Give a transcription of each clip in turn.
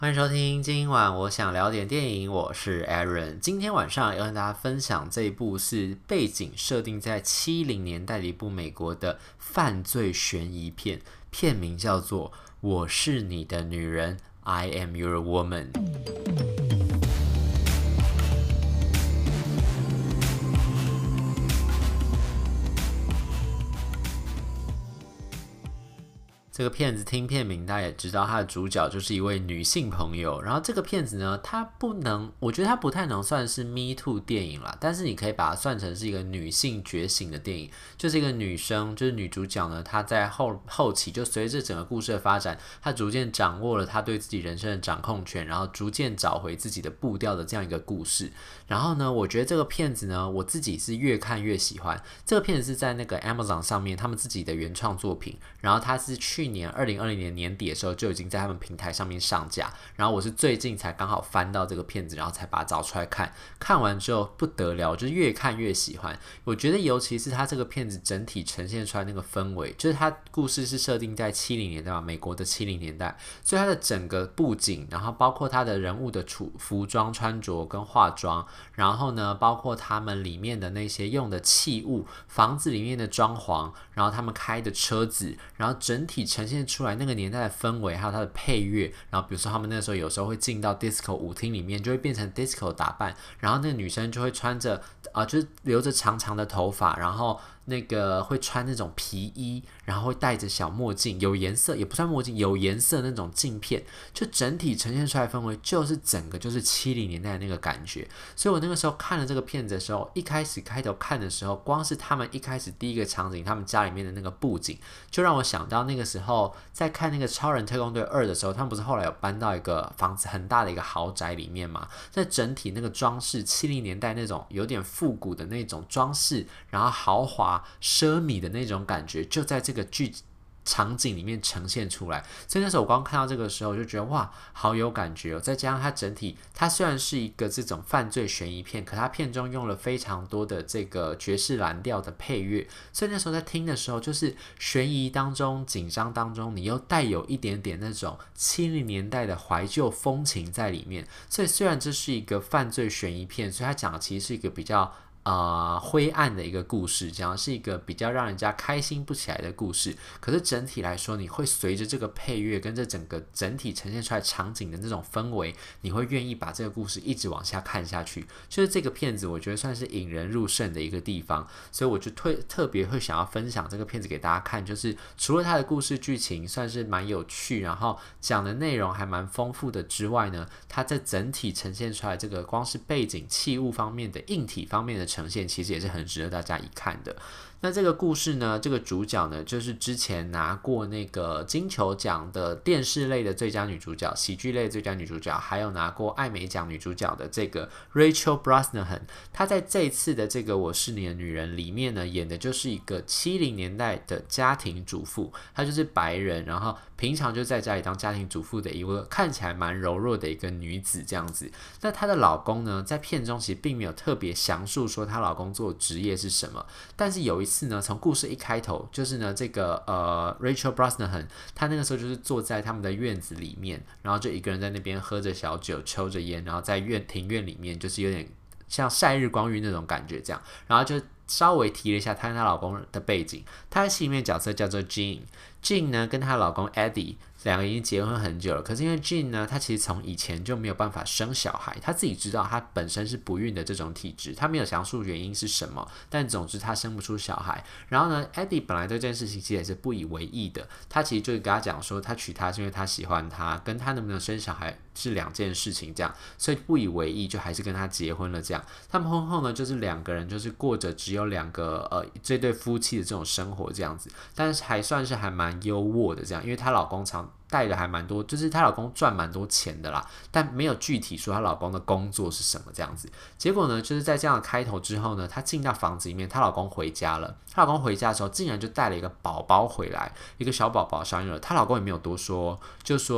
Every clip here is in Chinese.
欢迎收听，今晚我想聊点电影，我是 Aaron。今天晚上要跟大家分享这一部是背景设定在70年代的一部美国的犯罪悬疑片，片名叫做《我是你的女人》，I am your woman。这个片子听片名，大家也知道，它的主角就是一位女性朋友。然后这个片子呢，我觉得它不太能算是 Me Too 电影啦，但是你可以把它算成是一个女性觉醒的电影，就是一个女生，就是女主角呢，她在后期就随着整个故事的发展，她逐渐掌握了她对自己人生的掌控权，然后逐渐找回自己的步调的这样一个故事。然后呢，我觉得这个片子呢，我自己是越看越喜欢。这个片子是在那个 Amazon 上面他们自己的原创作品，然后它是去年2020年年底的时候就已经在他们平台上面上架，然后我是最近才刚好翻到这个片子，然后才把它找出来看，看完之后不得了，就是越看越喜欢。我觉得尤其是它这个片子整体呈现出来那个氛围，就是它故事是设定在70年代嘛，美国的70年代，所以它的整个布景，然后包括它的人物的服装穿着跟化妆，然后呢，包括他们里面的那些用的器物，房子里面的装潢，然后他们开的车子，然后整体呈现出来那个年代的氛围，还有它的配乐。然后比如说他们那时候有时候会进到 disco 舞厅里面，就会变成 disco 打扮，然后那个女生就会穿着就是留着长长的头发，然后那个会穿那种皮衣，然后会戴着小墨镜，有颜色也不算墨镜，有颜色那种镜片，就整体呈现出来的氛围就是整个就是70年代的那个感觉。所以我那个时候看了这个片子的时候，开头看的时候，光是他们一开始第一个场景，他们家里面的那个布景，就让我想到那个时候在看那个超人特工队2的时候，他们不是后来有搬到一个房子很大的一个豪宅里面嘛？在整体那个装饰70年代那种有点复古的那种装饰，然后豪华奢靡的那种感觉，就在这个场景里面呈现出来。所以那时候我刚看到这个时候，我就觉得哇，好有感觉哦。再加上它整体，它虽然是一个这种犯罪悬疑片，可它片中用了非常多的这个爵士蓝调的配乐，所以那时候在听的时候，就是悬疑当中、紧张当中，你又带有一点点那种70年代的怀旧风情在里面。所以虽然这是一个犯罪悬疑片，所以它讲的其实是一个比较灰暗的一个故事，讲的是一个比较让人家开心不起来的故事。可是整体来说，你会随着这个配乐跟这整体呈现出来场景的那种氛围，你会愿意把这个故事一直往下看下去。就是这个片子，我觉得算是引人入胜的一个地方，所以我就特别会想要分享这个片子给大家看。就是除了它的故事剧情算是蛮有趣，然后讲的内容还蛮丰富的之外呢，它在整体呈现出来这个光是背景器物方面的硬体方面的呈现，其实也是很值得大家一看的。那这个故事呢，这个主角呢，就是之前拿过那个金球奖的电视类的最佳女主角、喜剧类的最佳女主角，还有拿过艾美奖女主角的这个 Rachel Brosnahan。她在这一次的这个《我是你的女人》里面呢，演的就是一个70年代的家庭主妇，她就是白人，然后平常就在家里当家庭主妇的一个看起来蛮柔弱的一个女子这样子。那她的老公呢，在片中其实并没有特别详述说她老公做的职业是什么，但是有一次呢，从故事一开头，就是呢这个Rachel Brosnahan， 她那个时候就是坐在他们的院子里面，然后就一个人在那边喝着小酒，抽着烟，然后在庭院里面，就是有点像晒日光浴那种感觉这样，然后就稍微提了一下她跟她老公的背景。她在戏里面角色叫做 Jean 呢跟她老公 Eddie两个已经结婚很久了，可是因为 Jean 呢，她其实从以前就没有办法生小孩，她自己知道她本身是不孕的这种体质，她没有详述原因是什么，但总之她生不出小孩。然后呢 Eddie 本来对这件事情其实也是不以为意的，他其实就跟他讲说，他娶她是因为他喜欢她，跟他能不能生小孩是两件事情这样，所以不以为意，就还是跟他结婚了这样。他们婚后呢，就是两个人就是过着只有两个这对夫妻的这种生活这样子，但是还算是还蛮优渥的这样，因为她老公带的还蛮多，就是她老公赚蛮多钱的啦，但没有具体说她老公的工作是什么这样子。结果呢，就是在这样的开头之后呢，她进到房子里面，她老公回家了。她老公回家的时候，竟然就带了一个宝宝回来，一个小宝宝小婴儿。她老公也没有多说，就说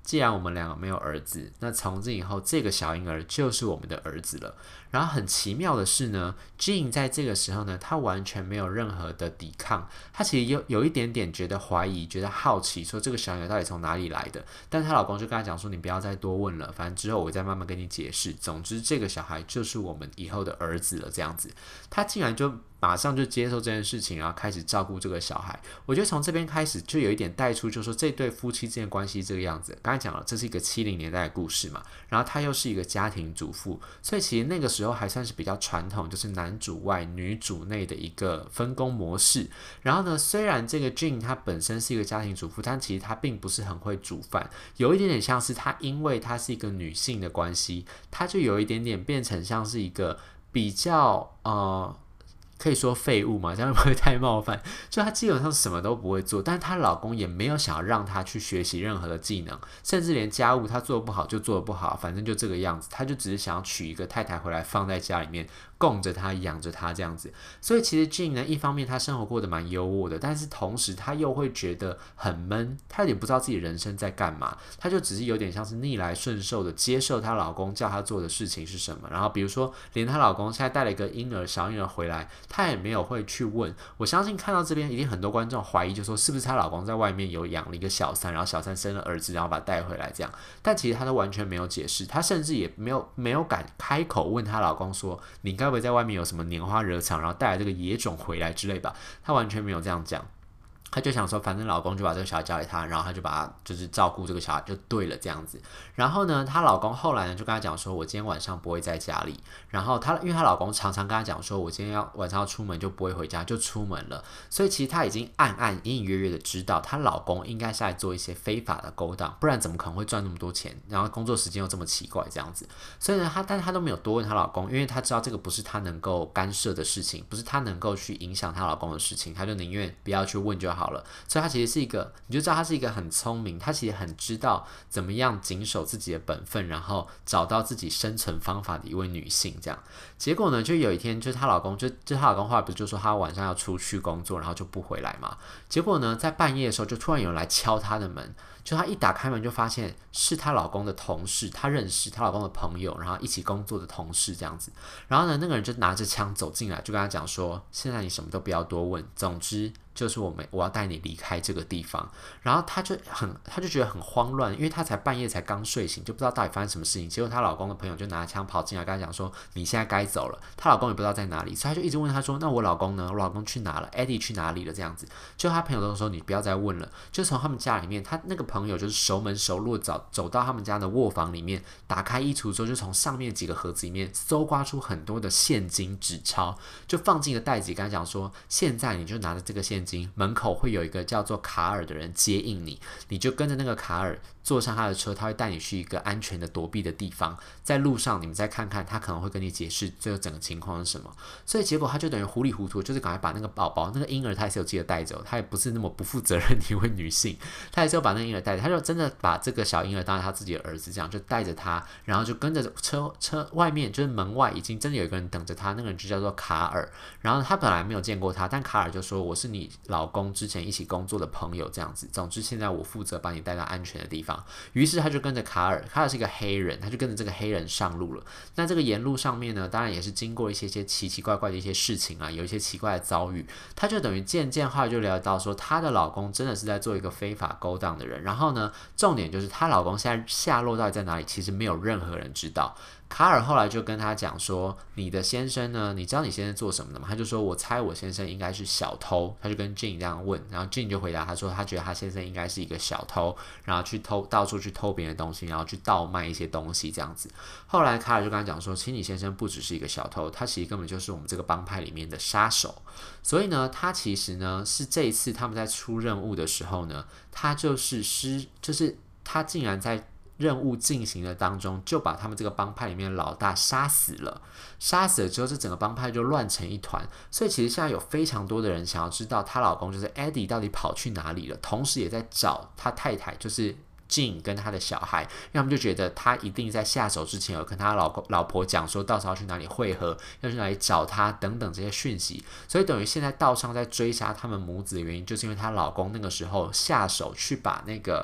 既然我们两个没有儿子，那从今以后这个小婴儿就是我们的儿子了。然后很奇妙的是呢 Jean 在这个时候呢，他完全没有任何的抵抗，他其实有一点点觉得怀疑，觉得好奇，说这个小婴儿到底从哪里来的。但她老公就跟她讲说，你不要再多问了，反正之后我再慢慢跟你解释。总之这个小孩就是我们以后的儿子了，这样子。他竟然就马上就接受这件事情，然后开始照顾这个小孩。我觉得从这边开始就有一点带出，就是说这对夫妻之间关系这个样子。刚才讲了，这是一个70年代的故事嘛，然后她又是一个家庭主妇，所以其实那个时候还算是比较传统，就是男主外女主内的一个分工模式。然后呢，虽然这个 Jean 她本身是一个家庭主妇，但其实她并不是很会煮饭，有一点点像是她因为她是一个女性的关系，她就有一点点变成像是一个比较可以说废物嘛，这样会不会太冒犯？就她基本上什么都不会做，但是她老公也没有想要让她去学习任何的技能，甚至连家务她做得不好就做得不好，反正就这个样子，她就只是想要娶一个太太回来放在家里面，供着她养着她这样子。所以其实 Jean 呢，一方面她生活过得蛮优渥的，但是同时她又会觉得很闷，她有点不知道自己人生在干嘛，她就只是有点像是逆来顺受的接受她老公叫她做的事情是什么。然后比如说连她老公现在带了一个小婴儿回来，她也没有会去问。我相信看到这边一定很多观众怀疑，就说是不是她老公在外面有养了一个小三，然后小三生了儿子，然后把他带回来这样。但其实她都完全没有解释，她甚至也没有敢开口问她老公说，你该不会在外面有什么拈花惹草，然后带来这个野种回来之类吧？她完全没有这样讲。她就想说，反正老公就把这个小孩交给她，然后她就把他就是照顾这个小孩就对了这样子。然后呢，她老公后来呢就跟她讲说，我今天晚上不会在家里。然后因为她老公常常跟她讲说，我今天晚上要出门就不会回家，就出门了。所以其实她已经隐隐约约的知道，她老公应该是在做一些非法的勾当，不然怎么可能会赚那么多钱？然后工作时间又这么奇怪这样子。所以呢，但是她都没有多问她老公，因为她知道这个不是她能够干涉的事情，不是她能够去影响她老公的事情，她就宁愿不要去问就好了。所以她其实是一个，你就知道她是一个很聪明，她其实很知道怎么样谨守自己的本分，然后找到自己生存方法的一位女性。这样，结果呢，就有一天，就是她老公，她老公后来不是就说她晚上要出去工作，然后就不回来嘛。结果呢，在半夜的时候，就突然有人来敲她的门。就她一打开门，就发现是她老公的同事，她认识她老公的朋友，然后一起工作的同事这样子。然后呢，那个人就拿着枪走进来，就跟她讲说：“现在你什么都不要多问，总之就是我要带你离开这个地方。”然后她就觉得很慌乱，因为她才半夜才刚睡醒，就不知道到底发生什么事情。结果她老公的朋友就拿枪跑进来，跟她讲说：“你现在该走了。”她老公也不知道在哪里，所以她就一直问她说：“那我老公呢？我老公去哪了 ？Eddie 去哪里了？”这样子，就她朋友都说：“你不要再问了。”就从他们家里面，她那个朋友就是熟门熟路走到他们家的卧房里面，打开衣橱之后，就从上面几个盒子里面搜刮出很多的现金纸钞，就放进一个袋子，跟他讲说：“现在你就拿着这个现金，门口会有一个叫做卡尔的人接应你，你就跟着那个卡尔坐上他的车，他会带你去一个安全的躲避的地方，在路上你们再看看，他可能会跟你解释这个整个情况是什么。”所以结果他就等于糊里糊涂，就是赶快把那个宝宝、那个婴儿，他也是有记得带走，他也不是那么不负责任的一位女性，他也是有把那个婴儿带着，他就真的把这个小婴儿当成他自己的儿子，这样就带着他，然后就跟着车外面，就是门外已经真的有一个人等着他，那个人就叫做卡尔。然后他本来没有见过他，但卡尔就说：“我是你老公之前一起工作的朋友，这样子。总之现在我负责把你带到安全的地方。”于是他就跟着卡尔是一个黑人，他就跟着这个黑人上路了。那这个沿路上面呢，当然也是经过一些奇奇怪怪的一些事情啊，有一些奇怪的遭遇。他就等于渐渐后来就了解到说，她的老公真的是在做一个非法勾当的人。然后呢，重点就是她老公现在下落到底在哪里，其实没有任何人知道。卡尔后来就跟他讲说：“你的先生呢？你知道你先生做什么的吗？”他就说：“我猜我先生应该是小偷。”他就跟 Jean 这样问，然后 Jean 就回答他说：“他觉得他先生应该是一个小偷，然后到处去偷别人的东西，然后去倒卖一些东西这样子。”后来卡尔就跟他讲说：“其实你先生不只是一个小偷，他其实根本就是我们这个帮派里面的杀手。所以呢，他其实呢是这一次他们在出任务的时候呢，他就是他竟然在任务进行的当中，就把他们这个帮派里面的老大杀死了。杀死了之后，这整个帮派就乱成一团。所以其实现在有非常多的人想要知道她老公就是 Eddie 到底跑去哪里了，同时也在找他太太，就是Jean 跟他的小孩，因为他们就觉得他一定在下手之前有跟他老婆讲说，到时候要去哪里会合，要去哪里找他等等这些讯息。所以等于现在道上在追杀他们母子的原因，就是因为她老公那个时候下手去把那个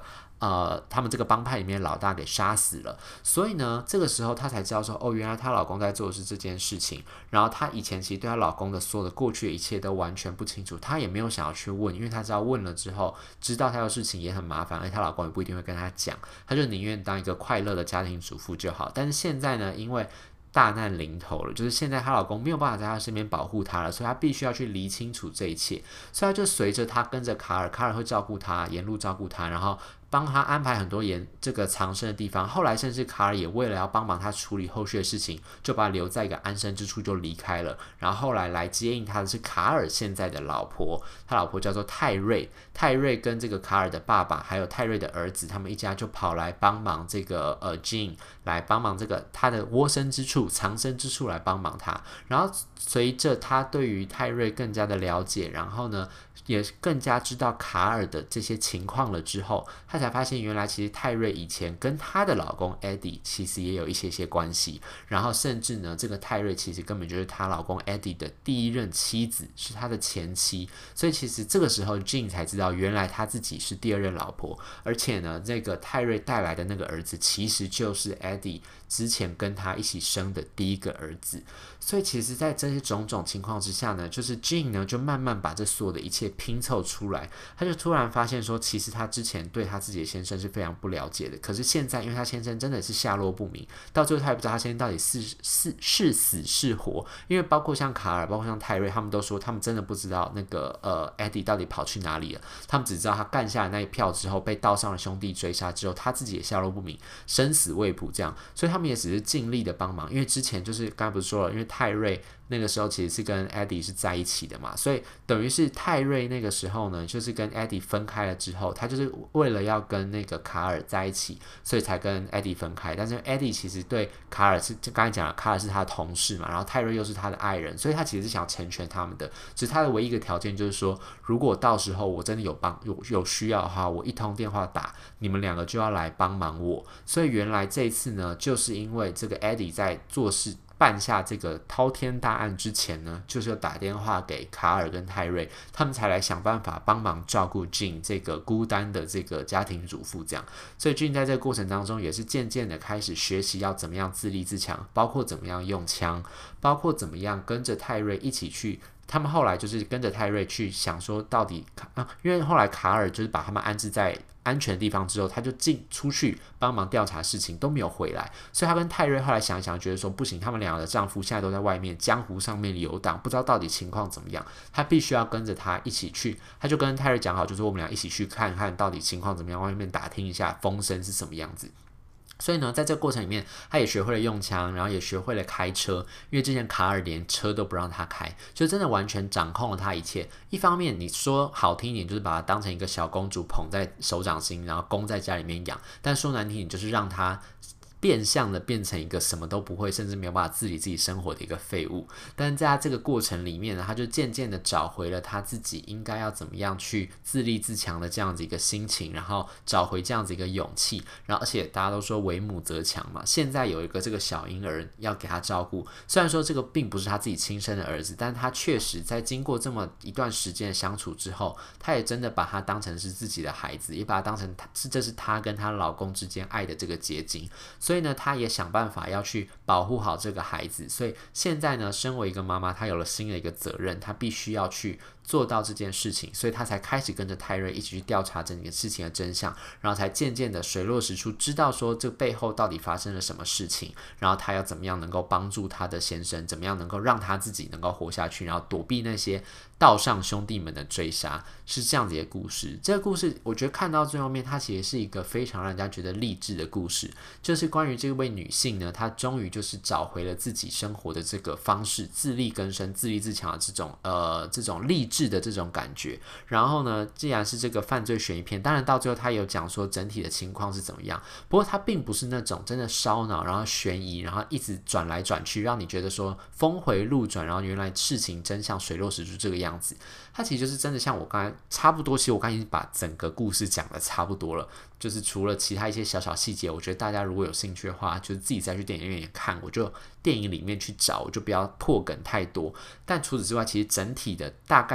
他们这个帮派里面的老大给杀死了。所以呢，这个时候她才知道说，哦，原来她老公在做的是这件事情。然后她以前其实对她老公的所有的过去的一切都完全不清楚，她也没有想要去问，因为她知道问了之后，知道她的事情也很麻烦，而且她老公也不一定会跟她讲，她就宁愿当一个快乐的家庭主妇就好。但是现在呢，因为大难临头了，就是现在她老公没有办法在她身边保护她了，所以她必须要去理清楚这一切。所以她就随着她跟着卡尔，卡尔会照顾她，沿路照顾她，然后帮她安排很多这个藏身的地方。后来甚至卡尔也为了要帮忙她处理后续的事情，就把她留在一个安身之处就离开了。然后后来来接应她的是卡尔现在的老婆，他老婆叫做泰瑞。泰瑞跟这个卡尔的爸爸还有泰瑞的儿子，他们一家就跑来帮忙这个Jean， 来帮忙这个他的窝身之处、藏身之处来帮忙他。然后随着他对于泰瑞更加的了解，然后呢也更加知道卡尔的这些情况了之后，他才发现原来其实泰瑞以前跟她的老公 Eddie 其实也有一些关系。然后甚至呢，这个泰瑞其实根本就是她老公 Eddie 的第一任妻子，是他的前妻。所以其实这个时候 Jean 才知道，原来他自己是第二任老婆，而且呢，这个泰瑞带来的那个儿子其实就是 Eddie 之前跟他一起生的第一个儿子。所以其实在这些种种情况之下呢，就是 Jean 呢就慢慢把这所有的一切拼凑出来。他就突然发现说，其实他之前对他自己的先生是非常不了解的，可是现在因为他先生真的是下落不明，到最后他也不知道他先生到底是死是活。因为包括像卡尔，包括像泰瑞，他们都说他们真的不知道那个Eddie 到底跑去哪里了。他们只知道他干下的那一票之后被道上的兄弟追杀之后，他自己也下落不明，生死未卜这样。所以他们也只是尽力的帮忙。因为之前就是刚才不是说了，因为泰瑞那个时候其实是跟 Eddie 是在一起的嘛，所以等于是泰瑞那个时候呢，就是跟 Eddie 分开了之后，他就是为了要跟那个卡尔在一起，所以才跟 Eddie 分开。但是 Eddie 其实对卡尔是，就刚才讲了，卡尔是他的同事嘛，然后泰瑞又是他的爱人，所以他其实是想成全他们的。只是他的唯一一个条件就是说，如果到时候我真的有需要的话，我一通电话打，你们两个就要来帮忙我。所以原来这一次呢，就是因为这个 Eddie 在做事办下这个滔天大案之前呢，就是要打电话给卡尔跟泰瑞，他们才来想办法帮忙照顾 Jean 这个孤单的这个家庭主妇这样。所以 Jean 在这个过程当中也是渐渐的开始学习要怎么样自立自强，包括怎么样用枪，包括怎么样跟着泰瑞一起去。他们后来就是跟着泰瑞去想说，到底因为后来卡尔就是把他们安置在安全的地方之后，他就出去帮忙调查事情，都没有回来。所以他跟泰瑞后来想一想，觉得说不行，他们两个的丈夫现在都在外面江湖上面游荡，不知道到底情况怎么样，他必须要跟着他一起去。他就跟泰瑞讲好，就是我们俩一起去看看到底情况怎么样，外面打听一下风声是什么样子。所以呢，在这个过程里面，他也学会了用枪，然后也学会了开车。因为之前卡尔连车都不让他开，就真的完全掌控了他一切。一方面，你说好听一点，就是把他当成一个小公主捧在手掌心，然后供在家里面养；但说难听点，就是让他变相的变成一个什么都不会，甚至没有办法自理自己生活的一个废物。但是在他这个过程里面呢，他就渐渐的找回了他自己应该要怎么样去自立自强的这样子一个心情，然后找回这样子一个勇气。然后而且大家都说为母则强嘛，现在有一个这个小婴儿要给他照顾，虽然说这个并不是他自己亲生的儿子，但他确实在经过这么一段时间的相处之后，他也真的把他当成是自己的孩子，也把他当成这是他跟她老公之间爱的这个结晶。所以呢，她也想办法要去保护好这个孩子。所以现在呢，身为一个妈妈，她有了新的一个责任，她必须要去做到这件事情，所以她才开始跟着泰瑞一起去调查整个事情的真相，然后才渐渐的水落石出，知道说这背后到底发生了什么事情，然后她要怎么样能够帮助她的先生，怎么样能够让她自己能够活下去，然后躲避那些道上兄弟们的追杀，是这样子的故事。这个故事我觉得看到最后面，它其实是一个非常让人家觉得励志的故事，就是关于这位女性呢，她终于就是找回了自己生活的这个方式，自力更生、自立自强的这种励志的这种感觉。然后呢，既然是这个犯罪悬疑片，当然到最后他有讲说整体的情况是怎么样，不过它并不是那种真的烧脑，然后悬疑，然后一直转来转去，让你觉得说峰回路转，然后原来事情真相水落石出这个样子。它其实就是真的像我刚才差不多，其实我刚才已经把整个故事讲的差不多了，就是除了其他一些小小细节，我觉得大家如果有兴趣的话，就是自己再去电影院看，我就电影里面去找，我就不要破梗太多。但除此之外，其实整体的大概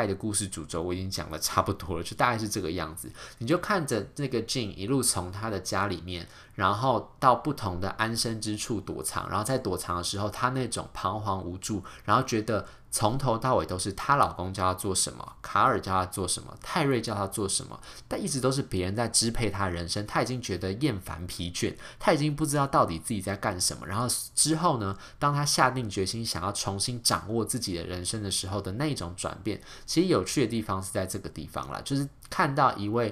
的故事主轴我已经讲的差不多了，就大概是这个样子。你就看着那个 Jin 一路从他的家里面，然后到不同的安身之处躲藏，然后在躲藏的时候，他那种彷徨无助，然后觉得从头到尾都是她老公叫她做什么，卡尔叫她做什么，泰瑞叫她做什么，但一直都是别人在支配她人生，她已经觉得厌烦疲倦，她已经不知道到底自己在干什么。然后之后呢，当她下定决心想要重新掌握自己的人生的时候的那种转变，其实有趣的地方是在这个地方啦，就是看到一位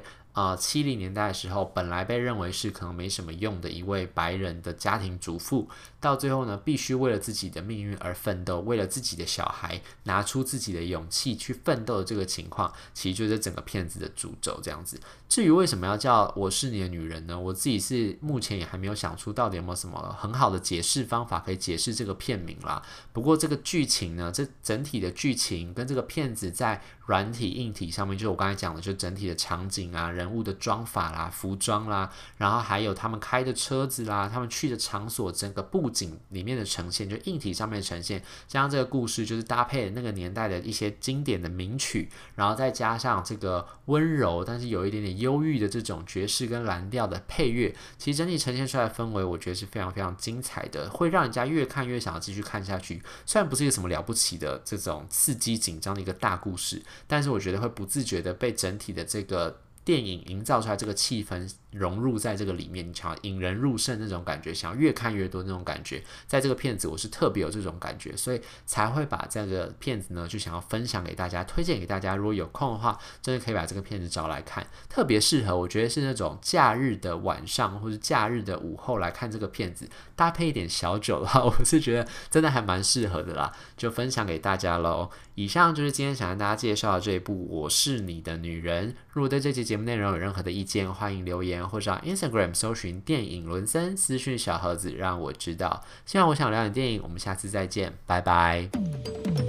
70年代的时候，本来被认为是可能没什么用的一位白人的家庭主妇，到最后呢，必须为了自己的命运而奋斗，为了自己的小孩拿出自己的勇气去奋斗的这个情况，其实就是整个片子的主轴这样子。至于为什么要叫我是你的女人呢？我自己是目前也还没有想出到底有没有什么很好的解释方法可以解释这个片名啦。不过这个剧情呢，这整体的剧情跟这个片子在软体硬体上面，就是我刚才讲的，就整体的场景啊、人物的妆法啦、服装啦，然后还有他们开的车子啦、他们去的场所，整个布景里面的呈现，就硬体上面的呈现，加上这个故事就是搭配那个年代的一些经典的名曲，然后再加上这个温柔但是有一点点忧郁的这种爵士跟蓝调的配乐，其实整体呈现出来的氛围，我觉得是非常非常精彩的，会让人家越看越想要继续看下去。虽然不是一个什么了不起的这种刺激紧张的一个大故事，但是我觉得会不自觉的被整体的这个电影营造出来这个气氛融入在这个里面，你想要引人入胜那种感觉，想要越看越多那种感觉，在这个片子我是特别有这种感觉，所以才会把这个片子呢就想要分享给大家，推荐给大家。如果有空的话，真的可以把这个片子找来看，特别适合我觉得是那种假日的晚上或是假日的午后来看这个片子，搭配一点小酒的话，我是觉得真的还蛮适合的啦，就分享给大家咯。以上就是今天想跟大家介绍的这一部《我是你的女人》。如果对这期节目内容有任何的意见，欢迎留言或者到 Instagram 搜寻电影伦森，私讯小盒子让我知道。希望我想聊点电影，我们下次再见，拜拜。